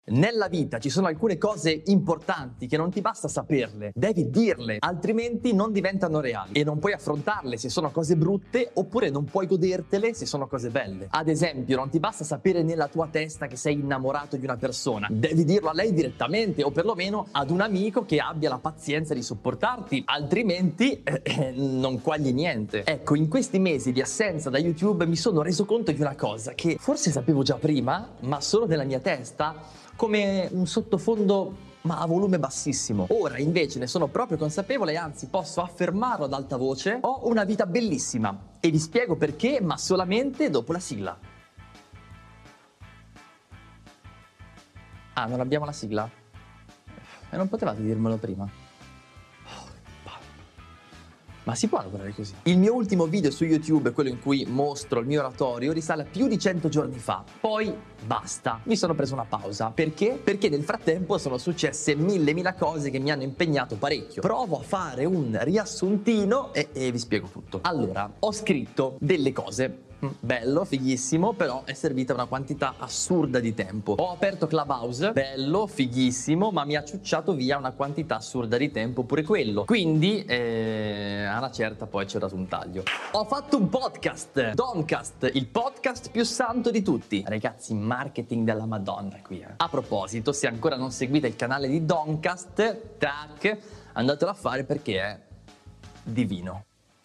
Nella vita ci sono alcune cose importanti che non ti basta saperle, devi dirle, altrimenti non diventano reali e non puoi affrontarle se sono cose brutte, oppure non puoi godertele se sono cose belle. Ad esempio, non ti basta sapere nella tua testa che sei innamorato di una persona, devi dirlo a lei direttamente o perlomeno ad un amico che abbia la pazienza di sopportarti, altrimenti non quagli niente. Ecco, in questi mesi di assenza da YouTube mi sono reso conto di una cosa che forse sapevo già prima, ma solo nella mia testa, come un sottofondo ma a volume bassissimo. Ora invece ne sono proprio consapevole e anzi posso affermarlo ad alta voce: ho una vita bellissima e vi spiego perché, ma solamente dopo la sigla. Ah, non abbiamo la sigla? E non potevate dirmelo prima? Ma si può lavorare così? Il mio ultimo video su YouTube, quello in cui mostro il mio oratorio, risale a più di 100 giorni fa. Poi basta, mi sono preso una pausa. Perché? Perché nel frattempo sono successe mille cose che mi hanno impegnato parecchio. Provo a fare un riassuntino e vi spiego tutto. Allora, ho scritto delle cose. Bello, fighissimo, però è servita una quantità assurda di tempo. Ho aperto Clubhouse, bello, fighissimo, ma mi ha ciucciato via una quantità assurda di tempo pure quello. Quindi, a una certa poi c'è dato un taglio. Ho fatto un podcast, Doncast, il podcast più santo di tutti. Ragazzi, marketing della Madonna qui. A proposito, se ancora non seguite il canale di Doncast, tac, andatelo a fare perché è divino.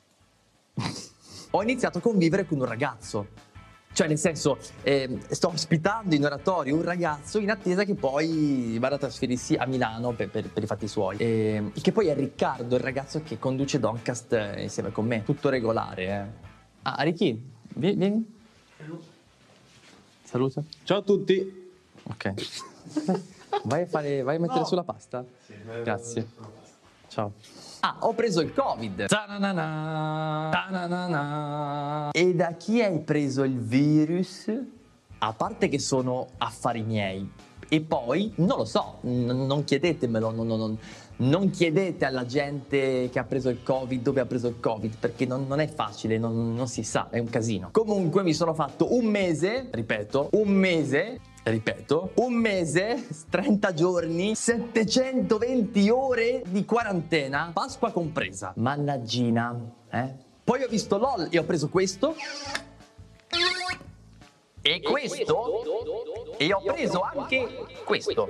Ho iniziato a convivere con un ragazzo, cioè nel senso sto ospitando in oratorio un ragazzo in attesa che poi vada a trasferirsi a Milano per i fatti suoi, che poi è Riccardo, il ragazzo che conduce Doncast insieme con me, tutto regolare. Ah, Ricky, vieni. Saluta. Ciao a tutti. Ok. Vai a mettere sulla pasta? Sì, grazie. Ciao. Ah, ho preso il Covid. Ta-na-na-na, ta-na-na-na. E da chi hai preso il virus? A parte che sono affari miei. E poi, non lo so, non chiedetemelo, non chiedete alla gente che ha preso il Covid dove ha preso il Covid, perché non è facile, non si sa, è un casino. Comunque mi sono fatto un mese, 30 giorni, 720 ore di quarantena, Pasqua compresa. Mannaggina, Poi ho visto LOL e ho preso questo. E questo. E ho preso anche questo.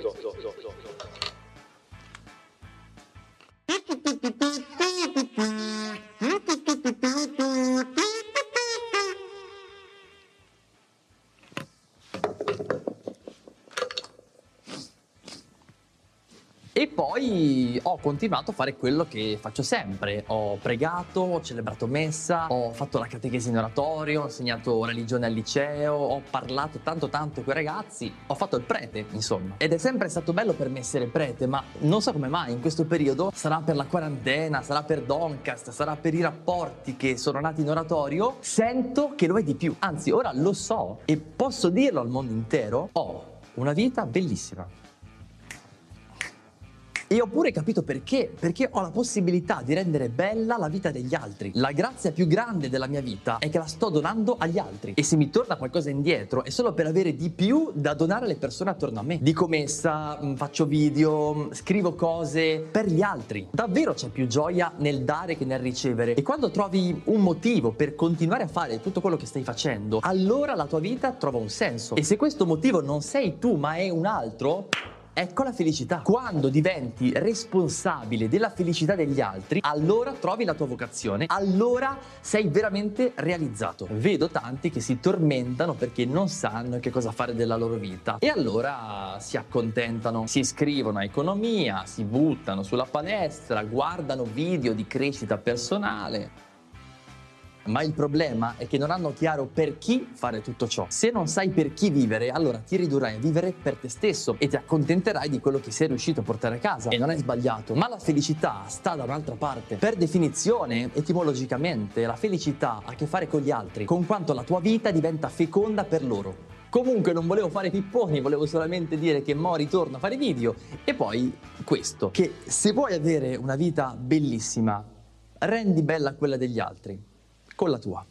E poi ho continuato a fare quello che faccio sempre. Ho pregato, ho celebrato messa, ho fatto la catechesi in oratorio, ho insegnato religione al liceo, ho parlato tanto con i ragazzi, ho fatto il prete, insomma. Ed è sempre stato bello per me essere prete, ma non so come mai in questo periodo, sarà per la quarantena, sarà per Doncast, sarà per i rapporti che sono nati in oratorio, sento che lo è di più. Anzi, ora lo so e posso dirlo al mondo intero, ho una vita bellissima. E ho pure capito perché ho la possibilità di rendere bella la vita degli altri. La grazia più grande della mia vita è che la sto donando agli altri. E se mi torna qualcosa indietro è solo per avere di più da donare alle persone attorno a me. Dico messa, faccio video, scrivo cose per gli altri. Davvero c'è più gioia nel dare che nel ricevere. E quando trovi un motivo per continuare a fare tutto quello che stai facendo, allora la tua vita trova un senso. E se questo motivo non sei tu ma è un altro, ecco la felicità. Quando diventi responsabile della felicità degli altri, allora trovi la tua vocazione, allora sei veramente realizzato. Vedo tanti che si tormentano perché non sanno che cosa fare della loro vita e allora si accontentano, si iscrivono a economia, si buttano sulla palestra, guardano video di crescita personale. Ma il problema è che non hanno chiaro per chi fare tutto ciò. Se non sai per chi vivere, allora ti ridurrai a vivere per te stesso e ti accontenterai di quello che sei riuscito a portare a casa. E non è sbagliato, ma la felicità sta da un'altra parte. Per definizione, etimologicamente, la felicità ha a che fare con gli altri, con quanto la tua vita diventa feconda per loro. Comunque non volevo fare pipponi, volevo solamente dire che mo ritorno a fare video. E poi questo, che se vuoi avere una vita bellissima, rendi bella quella degli altri con la tua.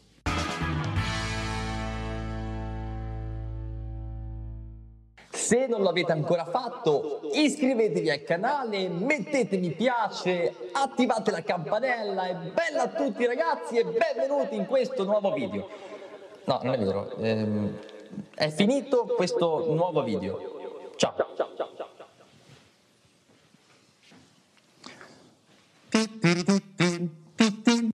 Se non l'avete ancora fatto, iscrivetevi al canale, mettete mi piace, attivate la campanella e bella a tutti ragazzi e benvenuti in questo nuovo video. No, non è vero, è finito questo nuovo video. Ciao.